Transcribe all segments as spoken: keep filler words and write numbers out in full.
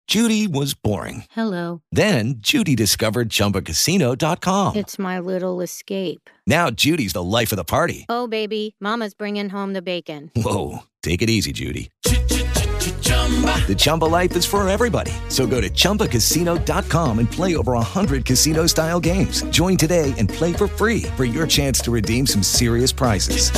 Judy was boring. Hello. Then Judy discovered Chumba Casino dot com. It's my little escape. Now Judy's the life of the party. Oh, baby, mama's bringing home the bacon. Whoa, take it easy, Judy. The Chumba life is for everybody. So go to Chumba Casino dot com and play over one hundred casino-style games. Join today and play for free for your chance to redeem some serious prizes.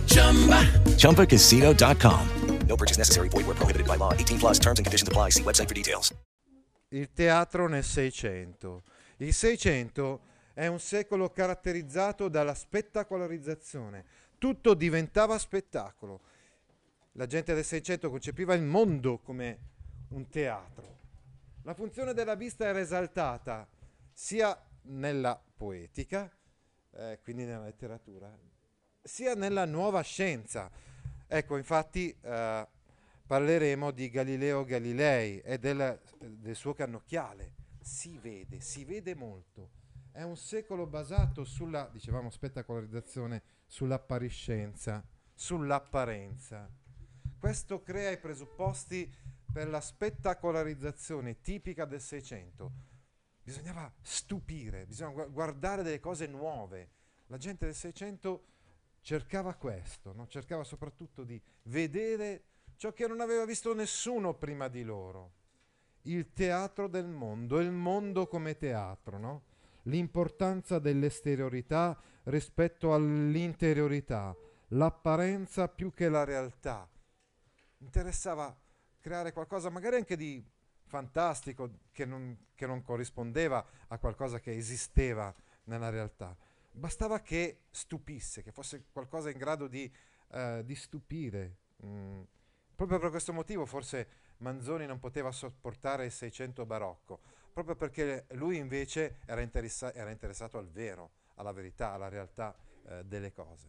Chumba Casino dot com. No purchase necessary. Void where prohibited by law. eighteen plus terms and conditions apply. See website for details. Il teatro nel Seicento. Il Seicento è un secolo caratterizzato dalla spettacolarizzazione. Tutto diventava spettacolo. La gente del Seicento concepiva il mondo come un teatro. La funzione della vista era esaltata sia nella poetica, eh, quindi nella letteratura, sia nella nuova scienza. Ecco, infatti eh, parleremo di Galileo Galilei e del, del suo cannocchiale. Si vede, si vede molto. È un secolo basato sulla, dicevamo, spettacolarizzazione, sull'appariscenza, sull'apparenza. Questo crea i presupposti per la spettacolarizzazione tipica del Seicento. Bisognava stupire, bisognava guardare delle cose nuove. La gente del Seicento cercava questo, no? Cercava soprattutto di vedere ciò che non aveva visto nessuno prima di loro. Il teatro del mondo, il mondo come teatro, no? L'importanza dell'esteriorità rispetto all'interiorità, l'apparenza più che la realtà. Interessava creare qualcosa magari anche di fantastico che non, che non corrispondeva a qualcosa che esisteva nella realtà. Bastava che stupisse, che fosse qualcosa in grado di, uh, di stupire. Mm. Proprio per questo motivo forse Manzoni non poteva sopportare il Seicento barocco, proprio perché lui invece era, interessa- era interessato al vero, alla verità, alla realtà uh, delle cose.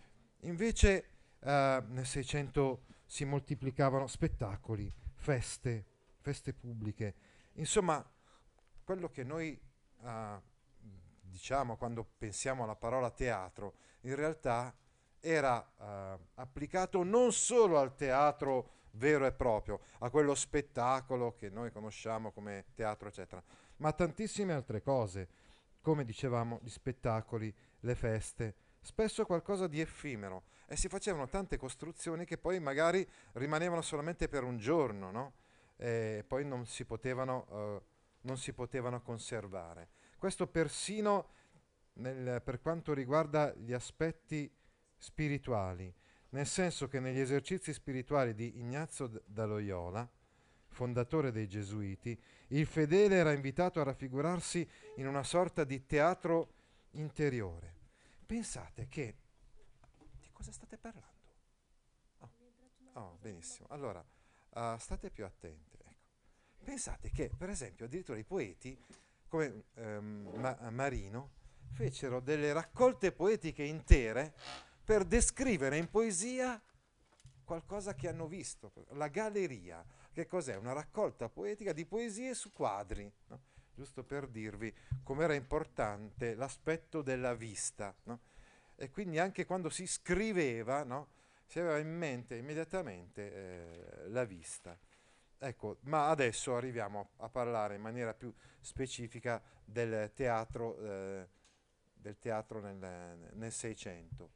Invece uh, nel Seicento si moltiplicavano spettacoli, feste, feste pubbliche. Insomma, quello che noi uh, diciamo quando pensiamo alla parola teatro, in realtà era uh, applicato non solo al teatro vero e proprio, a quello spettacolo che noi conosciamo come teatro, eccetera, ma a tantissime altre cose, come dicevamo, gli spettacoli, le feste, spesso qualcosa di effimero, e si facevano tante costruzioni che poi magari rimanevano solamente per un giorno, no? E poi non si potevano, uh, non si potevano conservare. Questo persino nel, per quanto riguarda gli aspetti spirituali, nel senso che negli esercizi spirituali di Ignazio da Loyola, fondatore dei Gesuiti, il fedele era invitato a raffigurarsi in una sorta di teatro interiore. Pensate che... Di cosa state parlando? Oh, oh benissimo. Allora, uh, state più attenti. Ecco. Pensate che, per esempio, addirittura i poeti, come um, Ma- Marino, fecero delle raccolte poetiche intere per descrivere in poesia qualcosa che hanno visto. La galleria, che cos'è? Una raccolta poetica di poesie su quadri, no? Giusto per dirvi com'era importante l'aspetto della vista, no? E quindi anche quando si scriveva, no? Si aveva in mente immediatamente eh, la vista. Ecco, ma adesso arriviamo a parlare in maniera più specifica del teatro, eh, del teatro nel, nel Seicento.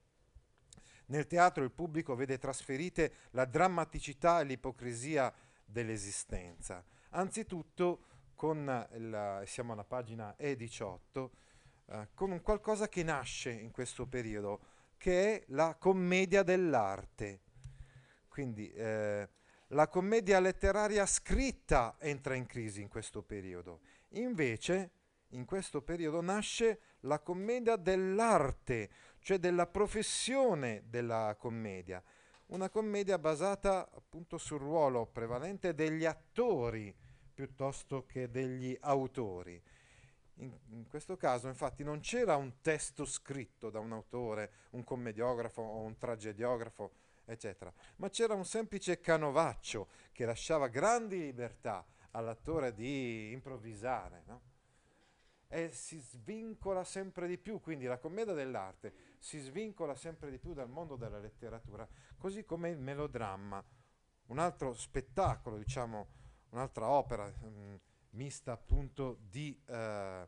Nel teatro il pubblico vede trasferite la drammaticità e l'ipocrisia dell'esistenza. Anzitutto con il, siamo alla pagina E diciotto, eh, con un qualcosa che nasce in questo periodo, che è la commedia dell'arte. Quindi eh, la commedia letteraria scritta entra in crisi in questo periodo. Invece, in questo periodo nasce la commedia dell'arte, cioè della professione della commedia. Una commedia basata appunto sul ruolo prevalente degli attori piuttosto che degli autori. In, in questo caso, infatti, non c'era un testo scritto da un autore, un commediografo o un tragediografo, eccetera, ma c'era un semplice canovaccio che lasciava grandi libertà all'attore di improvvisare, no? E si svincola sempre di più, quindi la commedia dell'arte si svincola sempre di più dal mondo della letteratura, così come il melodramma, un altro spettacolo, diciamo, un'altra opera mh, mista appunto di eh,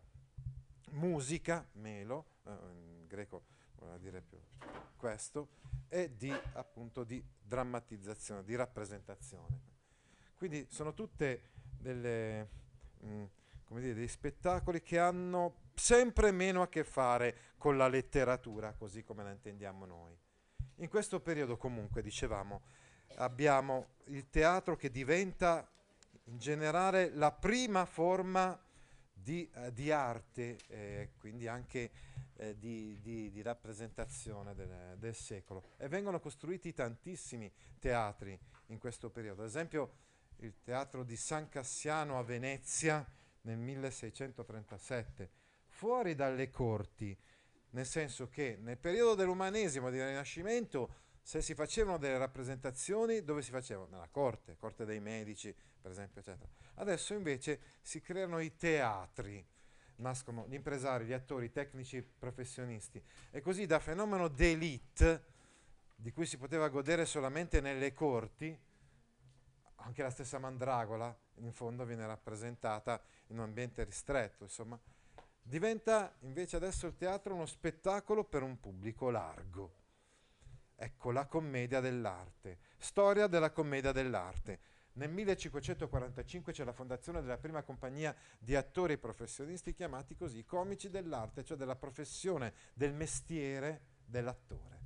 musica, melo, eh, in greco vuol dire più questo, e di appunto di drammatizzazione, di rappresentazione. Quindi sono tutte delle, mh, come dire, dei spettacoli che hanno sempre meno a che fare con la letteratura, così come la intendiamo noi. In questo periodo, comunque, dicevamo, abbiamo il teatro che diventa in generale la prima forma di, eh, di arte, eh, quindi anche eh, di, di, di rappresentazione del, del secolo. E vengono costruiti tantissimi teatri in questo periodo. Ad esempio il teatro di San Cassiano a Venezia nel milleseicentotrentasette, fuori dalle corti, nel senso che nel periodo dell'umanesimo e del Rinascimento, se si facevano delle rappresentazioni, dove si facevano? Nella corte, corte dei medici, per esempio, eccetera. Adesso invece si creano i teatri, nascono gli impresari, gli attori, i tecnici professionisti, e così da fenomeno d'élite, di cui si poteva godere solamente nelle corti, anche la stessa Mandragola in fondo viene rappresentata in un ambiente ristretto, insomma, diventa invece adesso il teatro uno spettacolo per un pubblico largo. Ecco la commedia dell'arte, storia della commedia dell'arte. Nel millecinquecentoquarantacinque c'è la fondazione della prima compagnia di attori professionisti chiamati così, i comici dell'arte, cioè della professione, del mestiere dell'attore.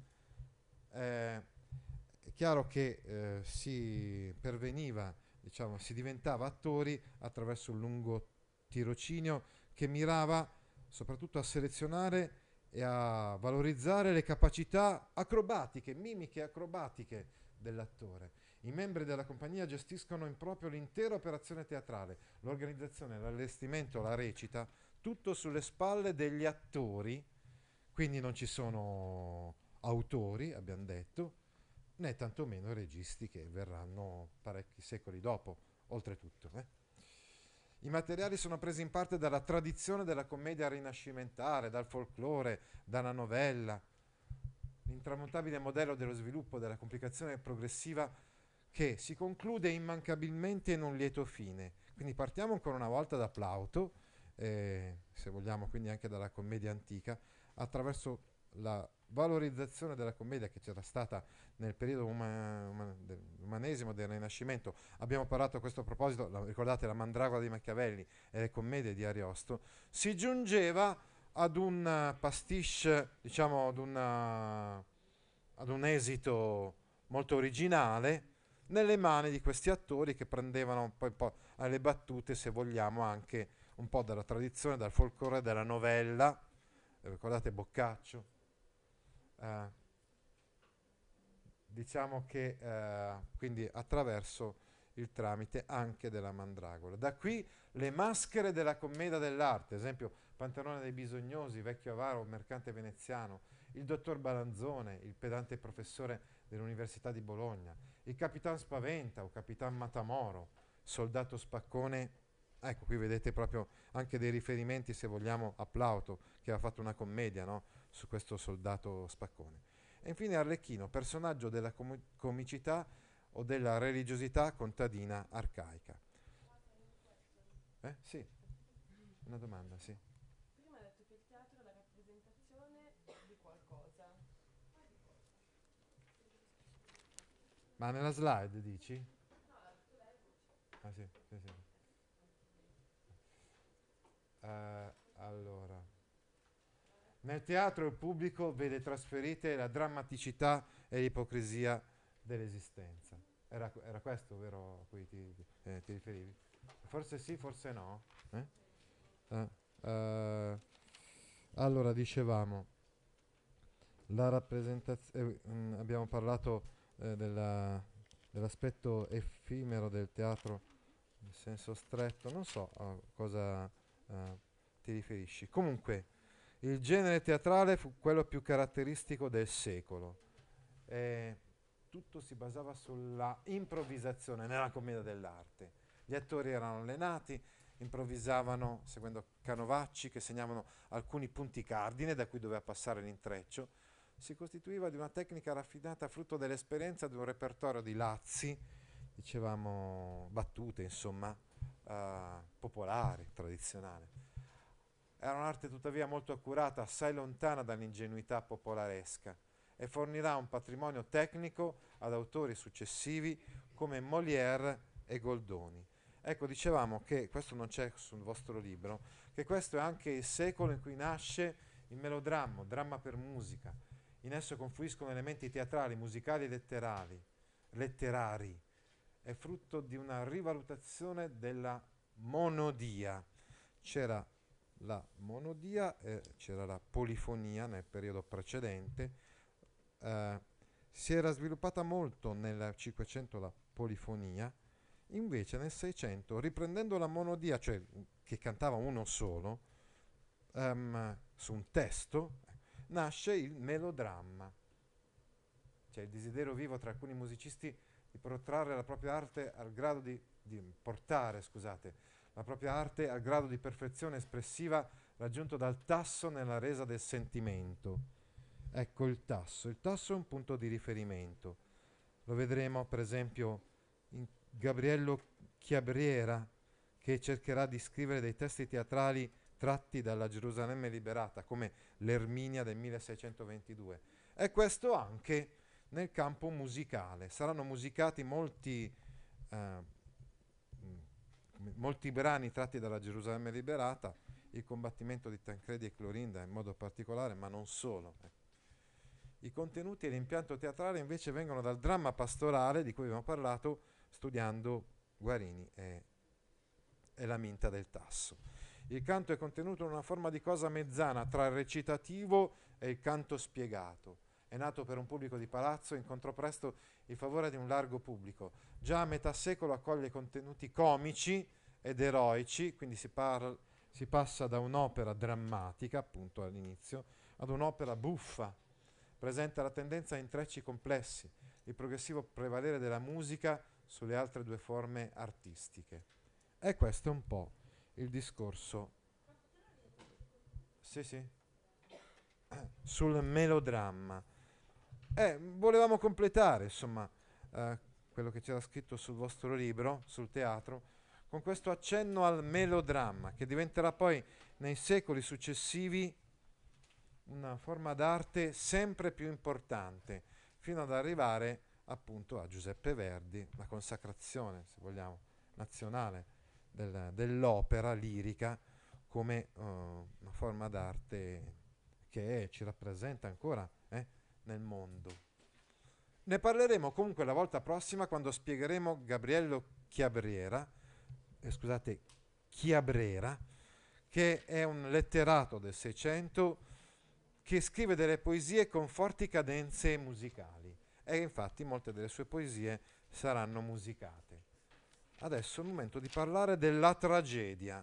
Eh, è chiaro che eh, si perveniva, diciamo, si diventava attori attraverso un lungo tirocinio che mirava soprattutto a selezionare e a valorizzare le capacità acrobatiche, mimiche acrobatiche dell'attore. I membri della compagnia gestiscono in proprio l'intera operazione teatrale, l'organizzazione, l'allestimento, la recita, tutto sulle spalle degli attori, quindi non ci sono autori, abbiamo detto, né tantomeno registi che verranno parecchi secoli dopo, oltretutto. Eh? I materiali sono presi in parte dalla tradizione della commedia rinascimentale, dal folklore, dalla novella, l'intramontabile modello dello sviluppo della complicazione progressiva che si conclude immancabilmente in un lieto fine. Quindi partiamo ancora una volta da Plauto, eh, se vogliamo quindi anche dalla commedia antica, attraverso la valorizzazione della commedia che c'era stata nel periodo uma, uma, dell'umanesimo, del Rinascimento. Abbiamo parlato a questo proposito, la, ricordate la Mandragola di Machiavelli e le commedie di Ariosto, si giungeva ad un uh, pastiche, diciamo ad, una, ad un esito molto originale nelle mani di questi attori che prendevano poi un po' alle battute, se vogliamo, anche un po' dalla tradizione, dal folklore, della novella. Ricordate Boccaccio? Uh, diciamo che uh, quindi attraverso il tramite anche della Mandragola. Da qui le maschere della commedia dell'arte, ad esempio Pantalone dei Bisognosi, Vecchio Avaro, Mercante Veneziano, il dottor Balanzone, il pedante professore dell'Università di Bologna, il Capitan Spaventa o Capitan Matamoro, Soldato Spaccone. Ecco, qui vedete proprio anche dei riferimenti, se vogliamo, a Plauto, che aveva fatto una commedia, no? Su questo soldato spaccone. E infine Arlecchino, personaggio della com- comicità o della religiosità contadina arcaica. Eh? Sì, una domanda, sì. Prima hai detto che il teatro è la rappresentazione di qualcosa. Ma nella slide dici? No, tu l'hai voce. Ah sì, sì, sì. Uh, allora... Nel teatro il pubblico vede trasferite la drammaticità e l'ipocrisia dell'esistenza. Era, era questo, vero, a cui ti, eh, ti riferivi? Forse sì, forse no. Eh? Uh, uh, allora, dicevamo, la rappresentazione, eh, mh, abbiamo parlato eh, della, dell'aspetto effimero del teatro in senso stretto, non so a cosa uh, ti riferisci. Comunque, il genere teatrale fu quello più caratteristico del secolo. Eh, tutto si basava sulla improvvisazione nella commedia dell'arte. Gli attori erano allenati, improvvisavano seguendo canovacci che segnavano alcuni punti cardine da cui doveva passare l'intreccio. Si costituiva di una tecnica raffinata frutto dell'esperienza di un repertorio di lazzi dicevamo, battute, insomma, uh, popolari, tradizionali. Era un'arte tuttavia molto accurata, assai lontana dall'ingenuità popolaresca, e fornirà un patrimonio tecnico ad autori successivi come Molière e Goldoni. Ecco, dicevamo che, questo non c'è sul vostro libro, che questo è anche il secolo in cui nasce il melodramma, dramma per musica. In esso confluiscono elementi teatrali, musicali e letterali, letterari. È frutto di una rivalutazione della monodia. C'era la monodia e c'era la polifonia nel periodo precedente. Eh, si era sviluppata molto nel Cinquecento la polifonia, invece nel Seicento, riprendendo la monodia, cioè che cantava uno solo, um, su un testo, nasce il melodramma. C'è il desiderio vivo tra alcuni musicisti di protrarre la propria arte al grado di, di portare, scusate, la propria arte al grado di perfezione espressiva raggiunto dal tasso nella resa del sentimento. Ecco il tasso. Il tasso è un punto di riferimento. Lo vedremo per esempio in Gabriello Chiabrera, che cercherà di scrivere dei testi teatrali tratti dalla Gerusalemme liberata, come l'Erminia del milleseicentoventidue. E questo anche nel campo musicale. Saranno musicati molti, eh, molti brani tratti dalla Gerusalemme liberata, il combattimento di Tancredi e Clorinda in modo particolare, ma non solo. I contenuti e l'impianto teatrale invece vengono dal dramma pastorale di cui abbiamo parlato studiando Guarini e, e la Minta del Tasso. Il canto è contenuto in una forma di cosa mezzana tra il recitativo e il canto spiegato. È nato per un pubblico di palazzo e incontrò presto il favore di un largo pubblico. Già a metà secolo accoglie contenuti comici ed eroici, quindi si, parla, si passa da un'opera drammatica, appunto all'inizio, ad un'opera buffa. Presenta la tendenza a intrecci complessi, il progressivo prevalere della musica sulle altre due forme artistiche. E questo è un po' il discorso, sì, sì, sul melodramma. Eh, volevamo completare, insomma, eh, quello che c'era scritto sul vostro libro, sul teatro, con questo accenno al melodramma, che diventerà poi nei secoli successivi una forma d'arte sempre più importante, fino ad arrivare appunto a Giuseppe Verdi, la consacrazione, se vogliamo, nazionale del, dell'opera lirica come uh, una forma d'arte che è, ci rappresenta ancora eh, nel mondo. Ne parleremo comunque la volta prossima, quando spiegheremo Gabriello Chiabrera, eh, scusate, Chiabrera, che è un letterato del Seicento che scrive delle poesie con forti cadenze musicali, e infatti molte delle sue poesie saranno musicate. Adesso è il momento di parlare della tragedia.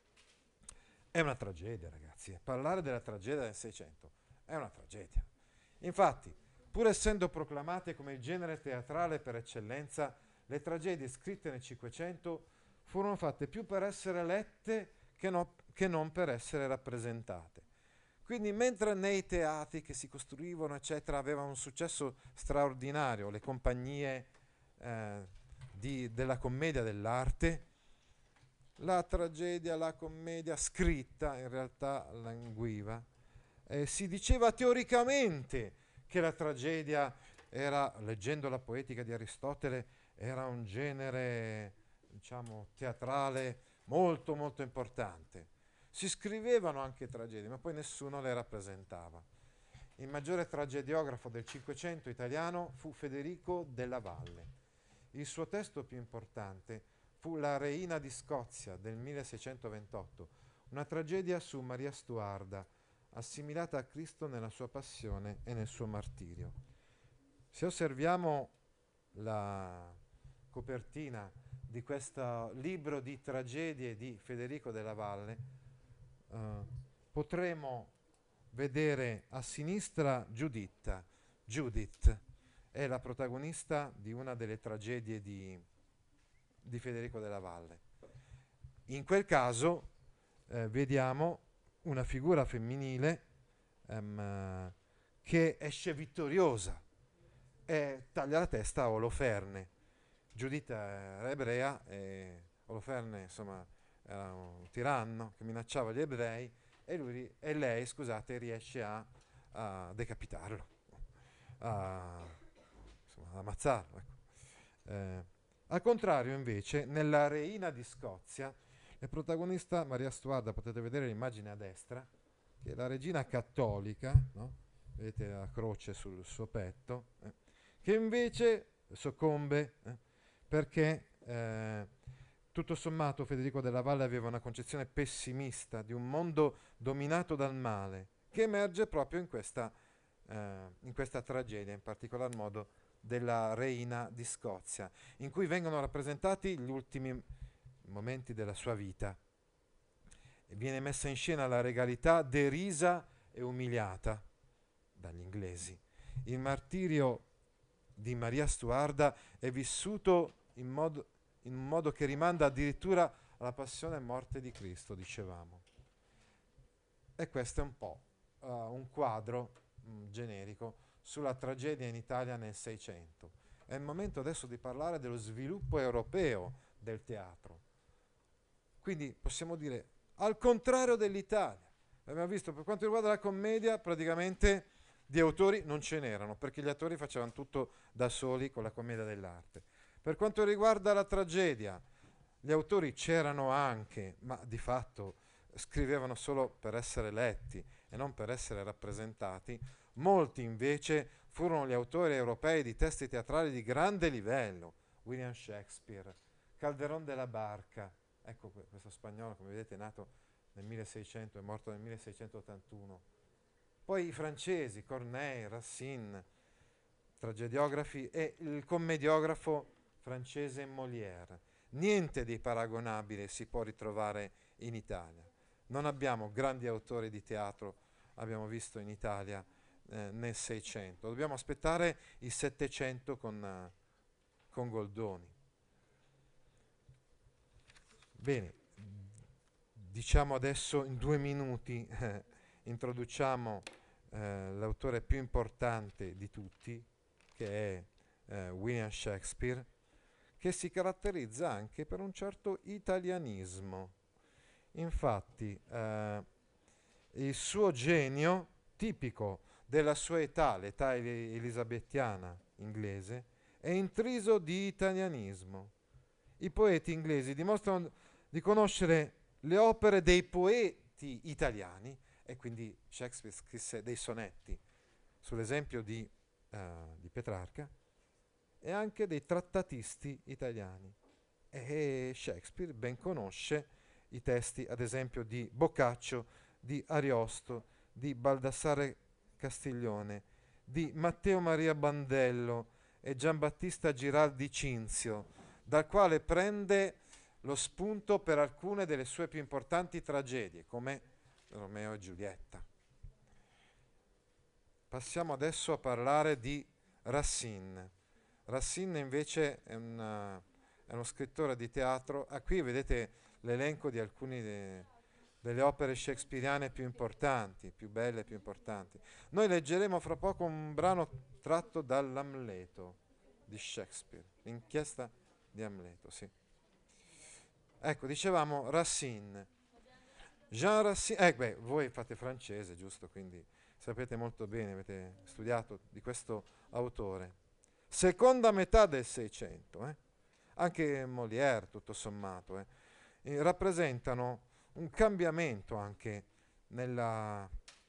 È una tragedia, ragazzi. Parlare della tragedia del Seicento è una tragedia. Infatti, pur essendo proclamate come il genere teatrale per eccellenza, le tragedie scritte nel Cinquecento furono fatte più per essere lette che, no, che non per essere rappresentate. Quindi mentre nei teatri che si costruivano, eccetera, avevano un successo straordinario le compagnie eh, di, della commedia dell'arte, la tragedia, la commedia scritta in realtà languiva. Eh, si diceva teoricamente che la tragedia era, leggendo la poetica di Aristotele, era un genere, diciamo, teatrale molto molto importante. Si scrivevano anche tragedie, ma poi nessuno le rappresentava. Il maggiore tragediografo del Cinquecento italiano fu Federico della Valle. Il suo testo più importante fu La Reina di Scozia del milleseicentoventotto, una tragedia su Maria Stuarda, assimilata a Cristo nella sua passione e nel suo martirio. Se osserviamo la copertina di questo libro di tragedie di Federico della Valle, Uh, potremo vedere a sinistra Giuditta. Judith è la protagonista di una delle tragedie di, di Federico della Valle. In quel caso eh, vediamo una figura femminile um, che esce vittoriosa e taglia la testa a Oloferne. Giuditta era ebrea e Oloferne, insomma, era un tiranno che minacciava gli ebrei e, lui, e lei, scusate, riesce a, a decapitarlo, a, insomma, ad ammazzarlo. Ecco. Eh, al contrario, invece, nella Reina di Scozia, la protagonista Maria Stuarda, potete vedere l'immagine a destra, che è la regina cattolica, no? Vedete la croce sul suo petto, eh, che invece soccombe eh, perché eh, tutto sommato Federico della Valle aveva una concezione pessimista di un mondo dominato dal male, che emerge proprio in questa, eh, in questa tragedia, in particolar modo della Reina di Scozia, in cui vengono rappresentati gli ultimi momenti della sua vita. E viene messa in scena la regalità derisa e umiliata dagli inglesi. Il martirio di Maria Stuarda è vissuto in modo, in un modo che rimanda addirittura alla passione e morte di Cristo, dicevamo. E questo è un po' uh, un quadro mh, generico sulla tragedia in Italia nel Seicento. È il momento adesso di parlare dello sviluppo europeo del teatro. Quindi possiamo dire al contrario dell'Italia. Abbiamo visto, per quanto riguarda la commedia, praticamente di autori non ce n'erano, perché gli attori facevano tutto da soli con la commedia dell'arte. Per quanto riguarda la tragedia, gli autori c'erano anche, ma di fatto scrivevano solo per essere letti e non per essere rappresentati. Molti invece furono gli autori europei di testi teatrali di grande livello. William Shakespeare, Calderón de la Barca, ecco questo spagnolo, come vedete, è nato nel milleseicento, è morto nel milleseicentottantuno. Poi i francesi, Corneille, Racine, tragediografi, e il commediografo francese Molière. Niente di paragonabile si può ritrovare in Italia. Non abbiamo grandi autori di teatro, abbiamo visto in Italia eh, nel Seicento. Dobbiamo aspettare il Settecento con, uh, con Goldoni. Bene, diciamo adesso in due minuti, eh, introduciamo eh, l'autore più importante di tutti, che è eh, William Shakespeare, che si caratterizza anche per un certo italianismo. Infatti, eh, il suo genio, tipico della sua età, l'età elisabettiana inglese, è intriso di italianismo. I poeti inglesi dimostrano di conoscere le opere dei poeti italiani, e quindi Shakespeare scrisse dei sonetti sull'esempio di, uh, di Petrarca, e anche dei trattatisti italiani. E Shakespeare ben conosce i testi, ad esempio, di Boccaccio, di Ariosto, di Baldassare Castiglione, di Matteo Maria Bandello e Giambattista Giraldi Cinzio, dal quale prende lo spunto per alcune delle sue più importanti tragedie, come Romeo e Giulietta. Passiamo adesso a parlare di Racine. Racine invece è, una, è uno scrittore di teatro. Ah, qui vedete l'elenco di alcune de, delle opere shakespeariane più importanti, più belle e più importanti. Noi leggeremo fra poco un brano tratto dall'Amleto di Shakespeare, l'inchiesta di Amleto, sì. Ecco, dicevamo Racine. Jean Racine, eh beh, voi fate francese, giusto? Quindi sapete molto bene, avete studiato di questo autore. Seconda metà del Seicento, eh? Anche Molière, tutto sommato, eh? E rappresentano un cambiamento anche nella,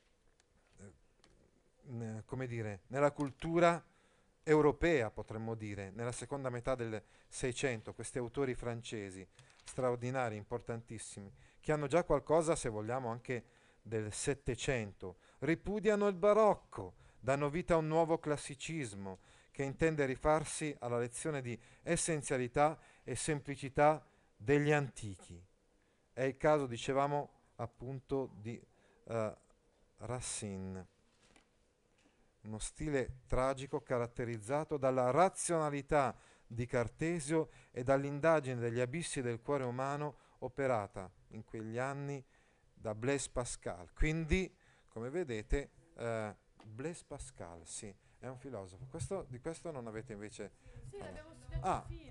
eh, come dire, nella cultura europea, potremmo dire, nella seconda metà del Seicento, questi autori francesi straordinari, importantissimi, che hanno già qualcosa, se vogliamo, anche del Settecento, ripudiano il barocco, danno vita a un nuovo classicismo che intende rifarsi alla lezione di essenzialità e semplicità degli antichi. È il caso, dicevamo, appunto di uh, Racine, uno stile tragico caratterizzato dalla razionalità di Cartesio e dall'indagine degli abissi del cuore umano operata in quegli anni da Blaise Pascal. Quindi, come vedete, uh, Blaise Pascal, sì, è un filosofo. Questo, di questo non avete invece... Sì, l'abbiamo studiato Ah, in filo.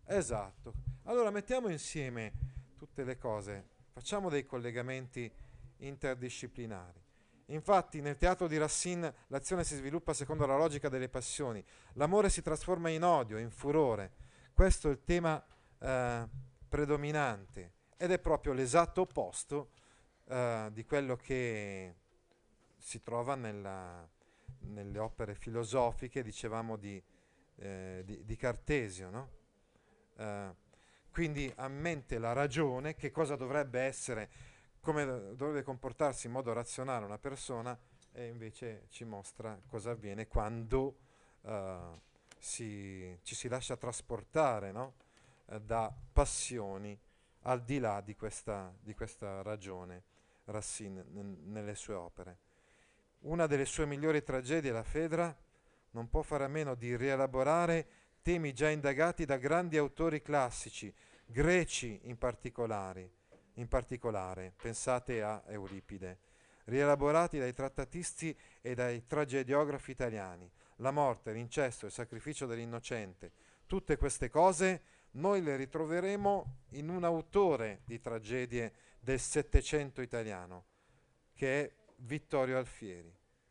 Esatto. Allora mettiamo insieme tutte le cose, facciamo dei collegamenti interdisciplinari. Infatti nel teatro di Racine l'azione si sviluppa secondo la logica delle passioni, l'amore si trasforma in odio, in furore. Questo è il tema eh, predominante ed è proprio l'esatto opposto eh, di quello che si trova nella, nelle opere filosofiche, dicevamo di, eh, di, di Cartesio, no? Eh, quindi a mente la ragione, che cosa dovrebbe essere, come dovrebbe comportarsi in modo razionale una persona, e invece ci mostra cosa avviene quando uh, si, ci si lascia trasportare, no? uh, da passioni al di là di questa, di questa ragione, Racine n- nelle sue opere. Una delle sue migliori tragedie, La Fedra, non può fare a meno di rielaborare temi già indagati da grandi autori classici, greci in particolare. In particolare, pensate a Euripide, rielaborati dai trattatisti e dai tragediografi italiani. La morte, l'incesto, il sacrificio dell'innocente, tutte queste cose noi le ritroveremo in un autore di tragedie del Settecento italiano, che è Vittorio Alfieri.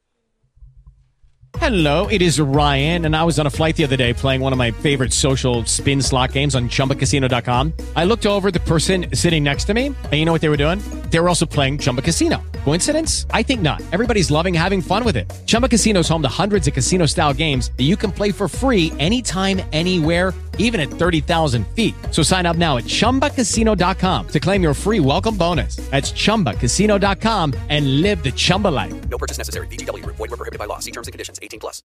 Hello, it is Ryan, and I was on a flight the other day playing one of my favorite social spin slot games on Chumba Casino dot com. I looked over at the person sitting next to me, and you know what they were doing? They were also playing Chumba Casino. Coincidence? I think not. Everybody's loving having fun with it. Chumba Casino is home to hundreds of casino-style games that you can play for free anytime, anywhere, even at thirty thousand feet. So sign up now at Chumba Casino dot com to claim your free welcome bonus. That's Chumba Casino dot com and live the Chumba life. No purchase necessary. V G W. Void where prohibited by law. See terms and conditions. eighteen plus.